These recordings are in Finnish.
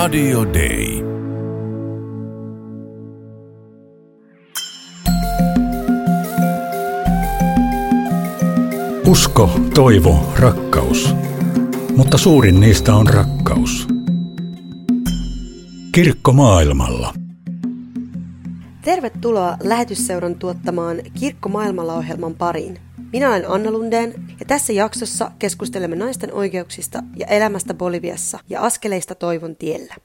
Radio Day. Usko, toivo, rakkaus. Mutta suurin niistä on rakkaus. Kirkko maailmalla. Tervetuloa Lähetysseuran tuottamaan Kirkko maailmalla -ohjelman pariin. Minä olen Anna Lundén ja tässä jaksossa keskustelemme naisten oikeuksista ja elämästä Boliviassa ja askeleista toivon tiellä.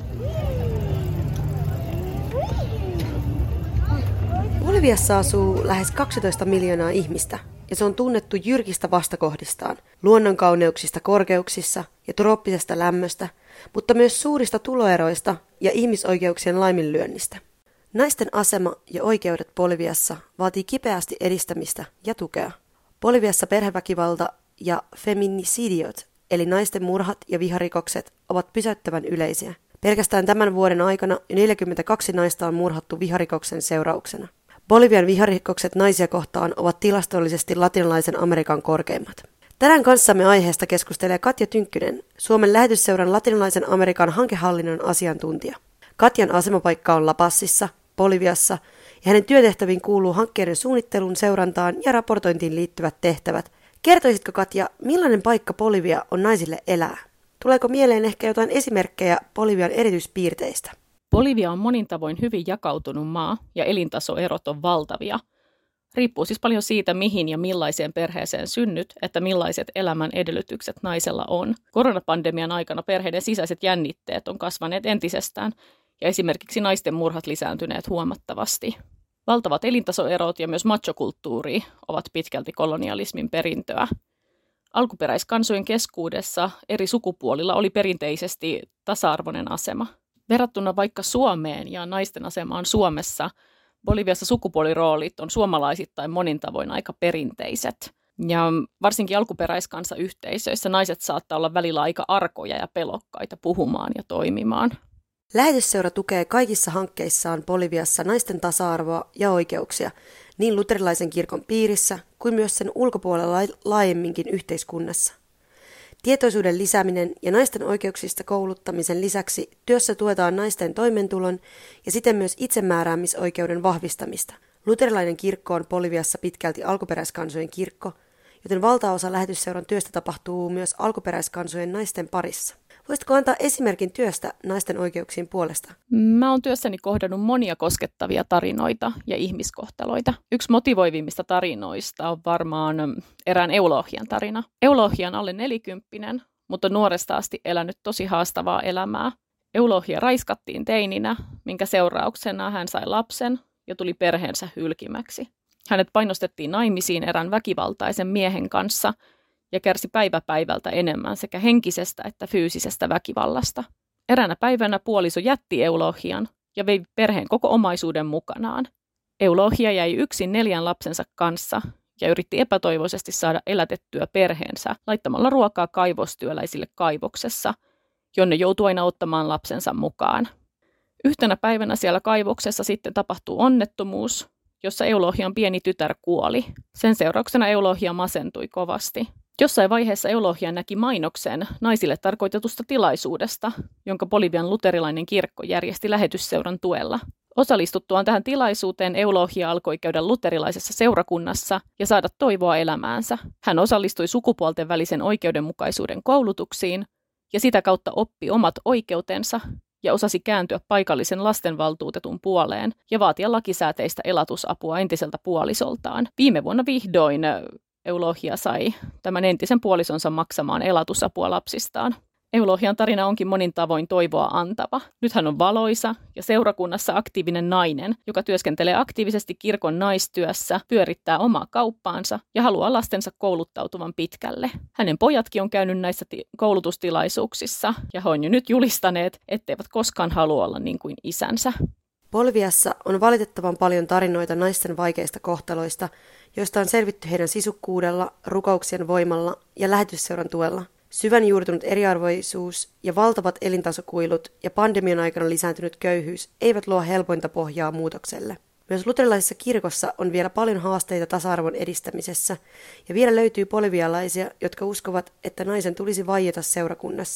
Boliviassa asuu lähes 12 miljoonaa ihmistä ja se on tunnettu jyrkistä vastakohdistaan, luonnonkauneuksista korkeuksissa ja trooppisesta lämmöstä, mutta myös suurista tuloeroista ja ihmisoikeuksien laiminlyönnistä. Naisten asema ja oikeudet Boliviassa vaatii kipeästi edistämistä ja tukea. Boliviassa perheväkivalta ja feminicidiot, eli naisten murhat ja viharikokset, ovat pysäyttävän yleisiä. Pelkästään tämän vuoden aikana jo 42 naista on murhattu viharikoksen seurauksena. Bolivian viharikokset naisia kohtaan ovat tilastollisesti latinalaisen Amerikan korkeimmat. Tänään kanssamme aiheesta keskustelee Katja Tynkkynen, Suomen Lähetysseuran latinalaisen Amerikan hankehallinnon asiantuntija. Katjan asemapaikka on La Pazissa, Boliviassa, ja hänen työtehtäviin kuuluu hankkeiden suunnitteluun, seurantaan ja raportointiin liittyvät tehtävät. Kertoisitko, Katja, millainen paikka Bolivia on naisille elää? Tuleeko mieleen ehkä jotain esimerkkejä Bolivian erityispiirteistä? Bolivia on monin tavoin hyvin jakautunut maa ja elintasoerot on valtavia. Riippuu siis paljon siitä, mihin ja millaiseen perheeseen synnyt, että millaiset elämän edellytykset naisella on. Koronapandemian aikana perheiden sisäiset jännitteet on kasvaneet entisestään ja esimerkiksi naisten murhat lisääntyneet huomattavasti. Valtavat elintasoerot ja myös machokulttuuri ovat pitkälti kolonialismin perintöä. Alkuperäiskansojen keskuudessa eri sukupuolilla oli perinteisesti tasa-arvoinen asema. Verrattuna vaikka Suomeen ja naisten asemaan Suomessa, Boliviassa sukupuoliroolit on suomalaisittain monin tavoin aika perinteiset. Ja varsinkin alkuperäiskansayhteisöissä naiset saattaa olla välillä aika arkoja ja pelokkaita puhumaan ja toimimaan. Lähetysseura tukee kaikissa hankkeissaan Boliviassa naisten tasa-arvoa ja oikeuksia niin luterilaisen kirkon piirissä kuin myös sen ulkopuolella laajemminkin yhteiskunnassa. Tietoisuuden lisääminen ja naisten oikeuksista kouluttamisen lisäksi työssä tuetaan naisten toimeentulon ja siten myös itsemääräämisoikeuden vahvistamista. Luterilainen kirkko on Boliviassa pitkälti alkuperäiskansojen kirkko, joten valtaosa lähetysseuran työstä tapahtuu myös alkuperäiskansojen naisten parissa. Voisitko antaa esimerkin työstä naisten oikeuksien puolesta? Mä oon työssäni kohdannut monia koskettavia tarinoita ja ihmiskohtaloita. Yksi motivoivimmista tarinoista on varmaan erään Eulohian tarina. Eulohia on alle 40, mutta nuoresta asti elänyt tosi haastavaa elämää. Eulohia raiskattiin teininä, minkä seurauksena hän sai lapsen ja tuli perheensä hylkimäksi. Hänet painostettiin naimisiin erään väkivaltaisen miehen kanssa ja kärsi päivä päivältä enemmän sekä henkisestä että fyysisestä väkivallasta. Eräänä päivänä puoliso jätti Eulohian ja vei perheen koko omaisuuden mukanaan. Eulohia jäi yksin 4 lapsensa kanssa ja yritti epätoivoisesti saada elätettyä perheensä laittamalla ruokaa kaivostyöläisille kaivoksessa, jonne joutui aina ottamaan lapsensa mukaan. Yhtenä päivänä siellä kaivoksessa sitten tapahtuu onnettomuus, jossa Eulohian pieni tytär kuoli. Sen seurauksena Eulohia masentui kovasti. Jossain vaiheessa Eulohia näki mainoksen naisille tarkoitetusta tilaisuudesta, jonka Bolivian luterilainen kirkko järjesti lähetysseuran tuella. Osallistuttuaan tähän tilaisuuteen Eulohia alkoi käydä luterilaisessa seurakunnassa ja saada toivoa elämäänsä. Hän osallistui sukupuolten välisen oikeudenmukaisuuden koulutuksiin ja sitä kautta oppi omat oikeutensa ja osasi kääntyä paikallisen lastenvaltuutetun puoleen ja vaatia lakisääteistä elatusapua entiseltä puolisoltaan. Viime vuonna vihdoin Eulohia sai tämän entisen puolisonsa maksamaan elatusapua lapsistaan. Eulohian tarina onkin monin tavoin toivoa antava. Nyt hän on valoisa ja seurakunnassa aktiivinen nainen, joka työskentelee aktiivisesti kirkon naistyössä, pyörittää omaa kauppaansa ja haluaa lastensa kouluttautuvan pitkälle. Hänen pojatkin on käynyt näissä koulutustilaisuuksissa ja he on jo nyt julistaneet, etteivät koskaan halua olla niin kuin isänsä. Boliviassa on valitettavan paljon tarinoita naisten vaikeista kohtaloista, joista on selvitty heidän sisukkuudella, rukouksien voimalla ja lähetysseuran tuella. Syvän juurtunut eriarvoisuus ja valtavat elintasokuilut ja pandemian aikana lisääntynyt köyhyys eivät luo helpointa pohjaa muutokselle. Myös luterilaisessa kirkossa on vielä paljon haasteita tasa-arvon edistämisessä ja vielä löytyy bolivialaisia, jotka uskovat, että naisen tulisi vaieta seurakunnassa.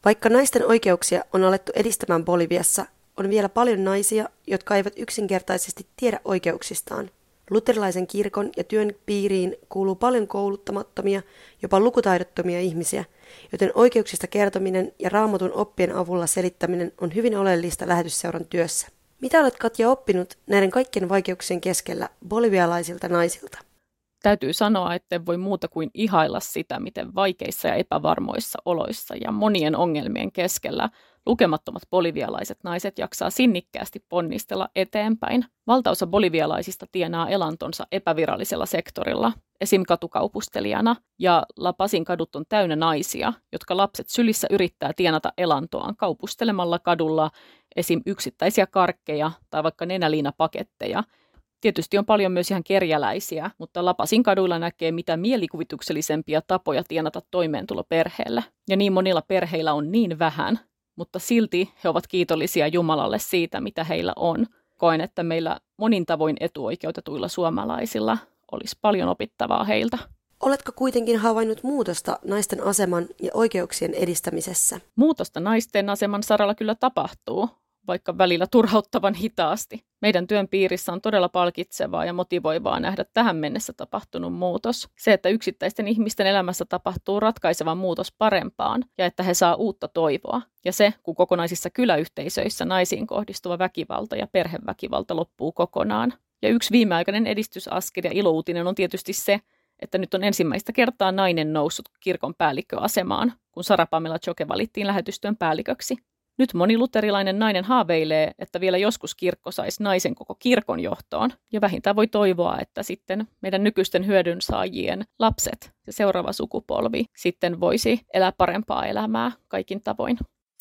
Vaikka naisten oikeuksia on alettu edistämään Boliviassa, on vielä paljon naisia, jotka eivät yksinkertaisesti tiedä oikeuksistaan. Luterilaisen kirkon ja työn piiriin kuuluu paljon kouluttamattomia, jopa lukutaidottomia ihmisiä, joten oikeuksista kertominen ja Raamatun oppien avulla selittäminen on hyvin oleellista lähetysseuran työssä. Mitä olet, Katja, oppinut näiden kaikkien vaikeuksien keskellä bolivialaisilta naisilta? Täytyy sanoa, että en voi muuta kuin ihailla sitä, miten vaikeissa ja epävarmoissa oloissa ja monien ongelmien keskellä lukemattomat bolivialaiset naiset jaksaa sinnikkäästi ponnistella eteenpäin. Valtaosa bolivialaisista tienaa elantonsa epävirallisella sektorilla, esim. Katukaupustelijana, ja La Pazin kadut on täynnä naisia, jotka lapset sylissä yrittää tienata elantoaan kaupustelemalla kadulla esim. Yksittäisiä karkkeja tai vaikka nenäliinapaketteja. Tietysti on paljon myös ihan kerjäläisiä, mutta La Pazin kaduilla näkee mitä mielikuvituksellisempia tapoja tienata toimeentulo perheelle. Ja niin monilla perheillä on niin vähän, mutta silti he ovat kiitollisia Jumalalle siitä, mitä heillä on. Koen, että meillä monin tavoin etuoikeutetuilla suomalaisilla olisi paljon opittavaa heiltä. Oletko kuitenkin havainnut muutosta naisten aseman ja oikeuksien edistämisessä? Muutosta naisten aseman saralla kyllä tapahtuu, vaikka välillä turhauttavan hitaasti. Meidän työn piirissä on todella palkitsevaa ja motivoivaa nähdä tähän mennessä tapahtunut muutos. Se, että yksittäisten ihmisten elämässä tapahtuu ratkaiseva muutos parempaan ja että he saa uutta toivoa. Ja se, kun kokonaisissa kyläyhteisöissä naisiin kohdistuva väkivalta ja perheväkivalta loppuu kokonaan. Ja yksi viimeaikainen edistysaskel ja ilouutinen on tietysti se, että nyt on ensimmäistä kertaa nainen noussut kirkon päällikköasemaan, kun Sara Pamela Choque valittiin lähetystyön päälliköksi. Nyt moni luterilainen nainen haaveilee, että vielä joskus kirkko saisi naisen koko kirkon johtoon, ja vähintään voi toivoa, että sitten meidän nykyisten hyödynsaajien lapset ja seuraava sukupolvi sitten voisi elää parempaa elämää kaikin tavoin.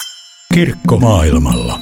Kirkko maailmalla.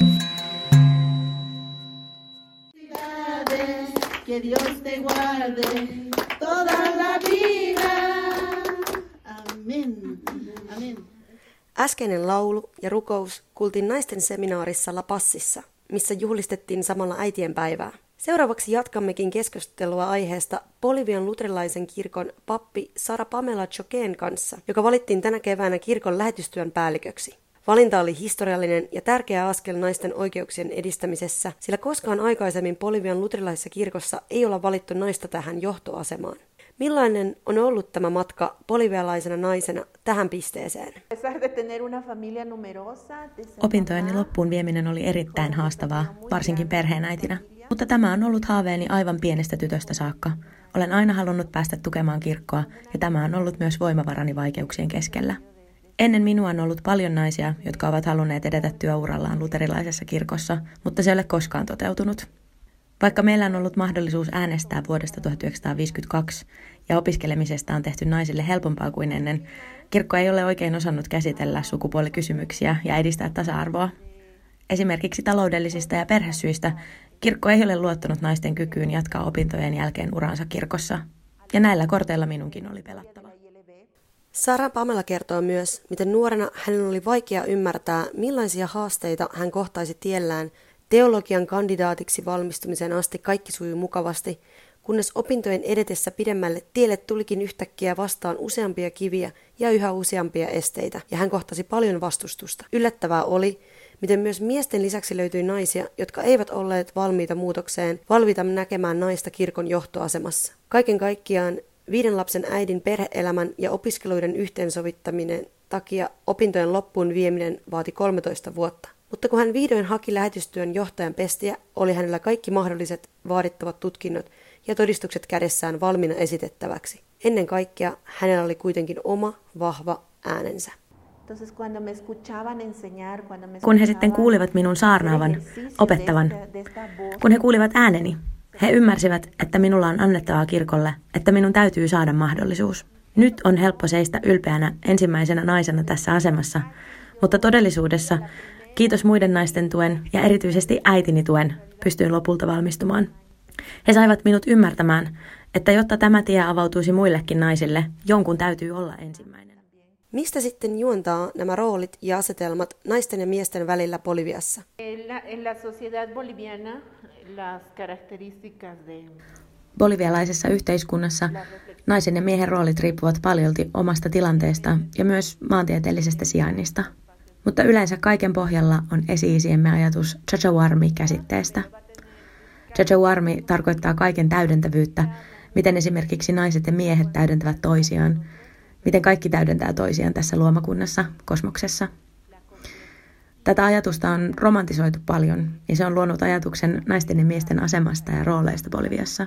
Äskeinen laulu ja rukous kuultiin naisten seminaarissa La Pazissa, missä juhlistettiin samalla äitienpäivää. Seuraavaksi jatkammekin keskustelua aiheesta Bolivian luterilaisen kirkon pappi Sara Pamela Choquén kanssa, joka valittiin tänä keväänä kirkon lähetystyön päälliköksi. Valinta oli historiallinen ja tärkeä askel naisten oikeuksien edistämisessä, sillä koskaan aikaisemmin Bolivian luterilaisessa kirkossa ei olla valittu naista tähän johtoasemaan. Millainen on ollut tämä matka bolivialaisena naisena tähän pisteeseen? Opintojeni loppuun vieminen oli erittäin haastavaa, varsinkin perheenäitinä. Mutta tämä on ollut haaveeni aivan pienestä tytöstä saakka. Olen aina halunnut päästä tukemaan kirkkoa, ja tämä on ollut myös voimavarani vaikeuksien keskellä. Ennen minua on ollut paljon naisia, jotka ovat halunneet edetä työurallaan luterilaisessa kirkossa, mutta se ei ole koskaan toteutunut. Vaikka meillä on ollut mahdollisuus äänestää vuodesta 1952 ja opiskelemisesta on tehty naisille helpompaa kuin ennen, kirkko ei ole oikein osannut käsitellä sukupuolikysymyksiä ja edistää tasa-arvoa. Esimerkiksi taloudellisista ja perhesyistä kirkko ei ole luottanut naisten kykyyn jatkaa opintojen jälkeen uransa kirkossa. Ja näillä korteilla minunkin oli pelattava. Sara Pamela kertoo myös, miten nuorena hänen oli vaikea ymmärtää, millaisia haasteita hän kohtaisi tiellään. Teologian kandidaatiksi valmistumiseen asti kaikki sujui mukavasti, kunnes opintojen edetessä pidemmälle tielle tulikin yhtäkkiä vastaan useampia kiviä ja yhä useampia esteitä, ja hän kohtasi paljon vastustusta. Yllättävää oli, miten myös miesten lisäksi löytyi naisia, jotka eivät olleet valmiita muutokseen, valmiita näkemään naista kirkon johtoasemassa. Kaiken kaikkiaan 5 lapsen äidin perhe-elämän ja opiskeluiden yhteensovittaminen takia opintojen loppuun vieminen vaati 13 vuotta. Mutta kun hän vihdoin haki lähetystyön johtajan pestiä, oli hänellä kaikki mahdolliset vaadittavat tutkinnot ja todistukset kädessään valmiina esitettäväksi. Ennen kaikkea hänellä oli kuitenkin oma, vahva äänensä. Kun he sitten kuulivat minun saarnaavan, opettavan, kun he kuulivat ääneni, he ymmärsivät, että minulla on annettavaa kirkolle, että minun täytyy saada mahdollisuus. Nyt on helppo seistä ylpeänä ensimmäisenä naisena tässä asemassa, mutta todellisuudessa kiitos muiden naisten tuen ja erityisesti äitini tuen pystyin lopulta valmistumaan. He saivat minut ymmärtämään, että jotta tämä tie avautuisi muillekin naisille, jonkun täytyy olla ensimmäinen. Mistä sitten juontaa nämä roolit ja asetelmat naisten ja miesten välillä Boliviassa? Bolivialaisessa yhteiskunnassa naisen ja miehen roolit riippuvat paljolti omasta tilanteesta ja myös maantieteellisestä sijainnista. Mutta yleensä kaiken pohjalla on esi-isiemme ajatus Chachawarmi-käsitteestä. Chachawarmi tarkoittaa kaiken täydentävyyttä, miten esimerkiksi naiset ja miehet täydentävät toisiaan, miten kaikki täydentää toisiaan tässä luomakunnassa, kosmoksessa. Tätä ajatusta on romantisoitu paljon ja se on luonut ajatuksen naisten ja miesten asemasta ja rooleista Boliviassa.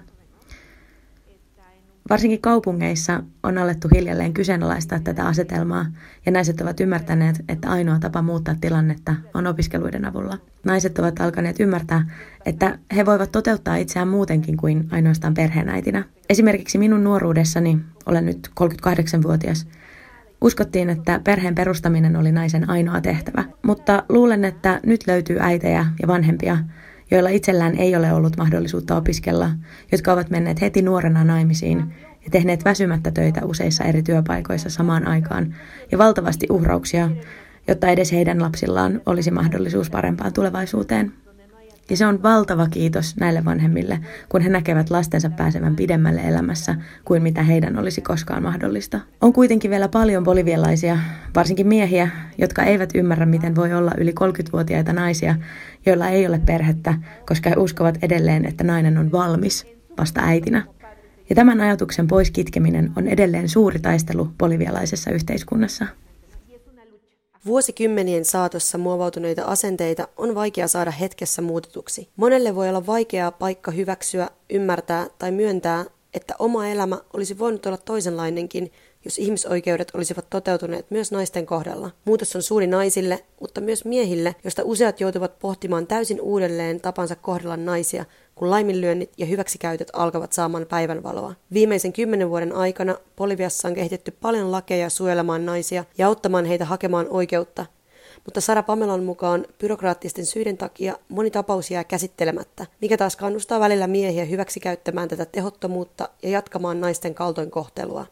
Varsinkin kaupungeissa on alettu hiljalleen kyseenalaistaa tätä asetelmaa ja naiset ovat ymmärtäneet, että ainoa tapa muuttaa tilannetta on opiskeluiden avulla. Naiset ovat alkaneet ymmärtää, että he voivat toteuttaa itseään muutenkin kuin ainoastaan perheenäitinä. Esimerkiksi minun nuoruudessani, olen nyt 38-vuotias, uskottiin, että perheen perustaminen oli naisen ainoa tehtävä, mutta luulen, että nyt löytyy äitejä ja vanhempia, joilla itsellään ei ole ollut mahdollisuutta opiskella, jotka ovat menneet heti nuorena naimisiin ja tehneet väsymättä töitä useissa eri työpaikoissa samaan aikaan ja valtavasti uhrauksia, jotta edes heidän lapsillaan olisi mahdollisuus parempaan tulevaisuuteen. Ja se on valtava kiitos näille vanhemmille, kun he näkevät lastensa pääsevän pidemmälle elämässä kuin mitä heidän olisi koskaan mahdollista. On kuitenkin vielä paljon bolivialaisia, varsinkin miehiä, jotka eivät ymmärrä, miten voi olla yli 30-vuotiaita naisia, joilla ei ole perhettä, koska he uskovat edelleen, että nainen on valmis vasta äitinä. Ja tämän ajatuksen pois kitkeminen on edelleen suuri taistelu bolivialaisessa yhteiskunnassa. Vuosikymmenien saatossa muovautuneita asenteita on vaikea saada hetkessä muutetuksi. Monelle voi olla vaikea paikka hyväksyä, ymmärtää tai myöntää, että oma elämä olisi voinut olla toisenlainenkin, jos ihmisoikeudet olisivat toteutuneet myös naisten kohdalla. Muutos on suuri naisille, mutta myös miehille, josta useat joutuvat pohtimaan täysin uudelleen tapansa kohdella naisia, kun laiminlyönnit ja hyväksikäytöt alkavat saamaan päivänvaloa. Viimeisen 10 vuoden aikana Boliviassa on kehitetty paljon lakeja suojelemaan naisia ja auttamaan heitä hakemaan oikeutta, mutta Sara Pamelan mukaan byrokraattisten syiden takia moni tapaus jää käsittelemättä, mikä taas kannustaa välillä miehiä hyväksikäyttämään tätä tehottomuutta ja jatkamaan naisten kaltoinkohtelua.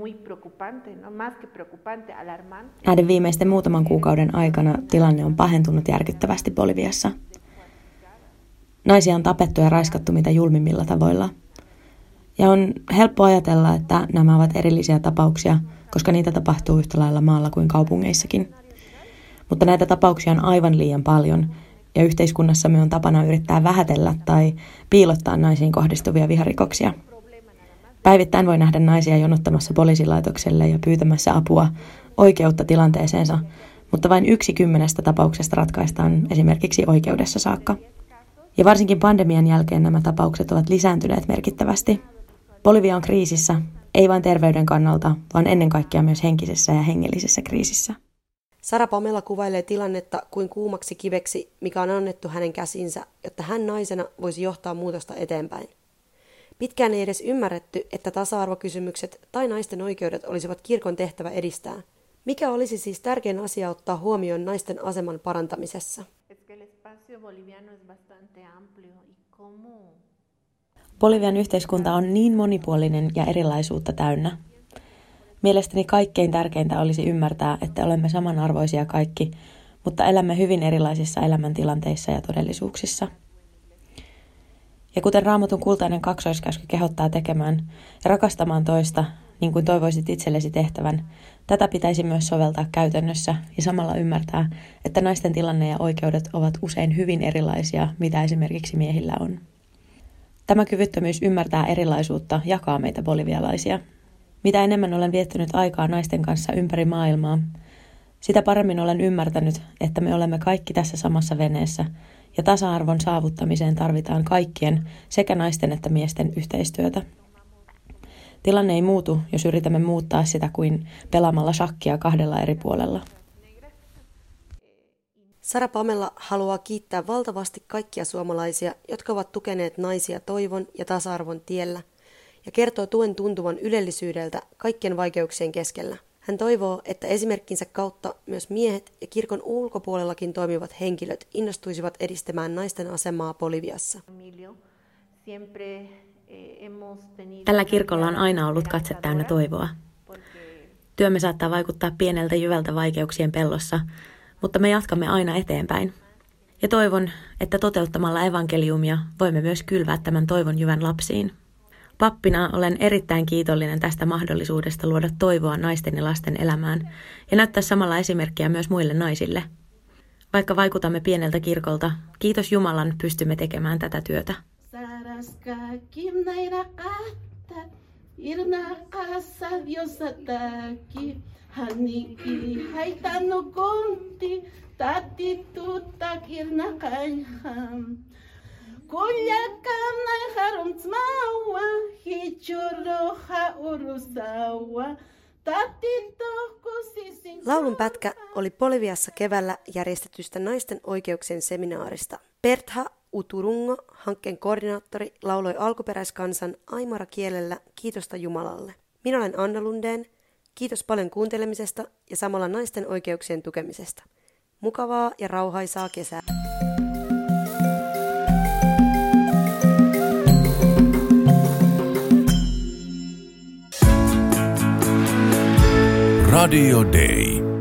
Näiden viimeisten muutaman kuukauden aikana tilanne on pahentunut järkyttävästi Boliviassa. Naisia on tapettu ja raiskattu mitä julmimmilla tavoilla. Ja on helppo ajatella, että nämä ovat erillisiä tapauksia, koska niitä tapahtuu yhtä lailla maalla kuin kaupungeissakin. Mutta näitä tapauksia on aivan liian paljon, ja yhteiskunnassamme on tapana yrittää vähätellä tai piilottaa naisiin kohdistuvia viharikoksia. Päivittäin voi nähdä naisia jonottamassa poliisilaitokselle ja pyytämässä apua, oikeutta tilanteeseensa, mutta vain 1/10 tapauksesta ratkaistaan esimerkiksi oikeudessa saakka. Ja varsinkin pandemian jälkeen nämä tapaukset ovat lisääntyneet merkittävästi. Bolivia on kriisissä, ei vain terveyden kannalta, vaan ennen kaikkea myös henkisessä ja hengellisessä kriisissä. Sara Pamela kuvailee tilannetta kuin kuumaksi kiveksi, mikä on annettu hänen käsinsä, jotta hän naisena voisi johtaa muutosta eteenpäin. Pitkään ei edes ymmärretty, että tasa-arvokysymykset tai naisten oikeudet olisivat kirkon tehtävä edistää. Mikä olisi siis tärkein asia ottaa huomioon naisten aseman parantamisessa? Bolivian yhteiskunta on niin monipuolinen ja erilaisuutta täynnä. Mielestäni kaikkein tärkeintä olisi ymmärtää, että olemme samanarvoisia kaikki, mutta elämme hyvin erilaisissa elämäntilanteissa ja todellisuuksissa. Ja kuten Raamatun kultainen kaksoiskäsky kehottaa tekemään ja rakastamaan toista, niin kuin toivoisit itsellesi tehtävän, tätä pitäisi myös soveltaa käytännössä ja samalla ymmärtää, että naisten tilanne ja oikeudet ovat usein hyvin erilaisia, mitä esimerkiksi miehillä on. Tämä kyvyttömyys ymmärtää erilaisuutta jakaa meitä bolivialaisia. Mitä enemmän olen viettänyt aikaa naisten kanssa ympäri maailmaa, sitä paremmin olen ymmärtänyt, että me olemme kaikki tässä samassa veneessä ja tasa-arvon saavuttamiseen tarvitaan kaikkien, sekä naisten että miesten yhteistyötä. Tilanne ei muutu, jos yritämme muuttaa sitä kuin pelaamalla shakkia 2 eri puolella. Sara Pamela haluaa kiittää valtavasti kaikkia suomalaisia, jotka ovat tukeneet naisia toivon ja tasa-arvon tiellä, ja kertoo tuen tuntuvan ylellisyydeltä kaikkien vaikeuksien keskellä. Hän toivoo, että esimerkkinsä kautta myös miehet ja kirkon ulkopuolellakin toimivat henkilöt innostuisivat edistämään naisten asemaa Boliviassa. Tällä kirkolla on aina ollut katse täynnä toivoa. Työmme saattaa vaikuttaa pieneltä jyvältä vaikeuksien pellossa, mutta me jatkamme aina eteenpäin. Ja toivon, että toteuttamalla evankeliumia voimme myös kylvää tämän toivon jyvän lapsiin. Pappina olen erittäin kiitollinen tästä mahdollisuudesta luoda toivoa naisten ja lasten elämään ja näyttää samalla esimerkkiä myös muille naisille. Vaikka vaikutamme pieneltä kirkolta, kiitos Jumalan pystymme tekemään tätä työtä. Laulun pätkä oli Boliviassa keväällä järjestetystä naisten oikeuksien seminaarista. Bertha Uturungo, hankkeen koordinaattori, lauloi alkuperäiskansan aimara kielellä kiitosta Jumalalle. Minä olen Anna Lundén. Kiitos paljon kuuntelemisesta ja samalla naisten oikeuksien tukemisesta. Mukavaa ja rauhaisaa kesää. Radio Day.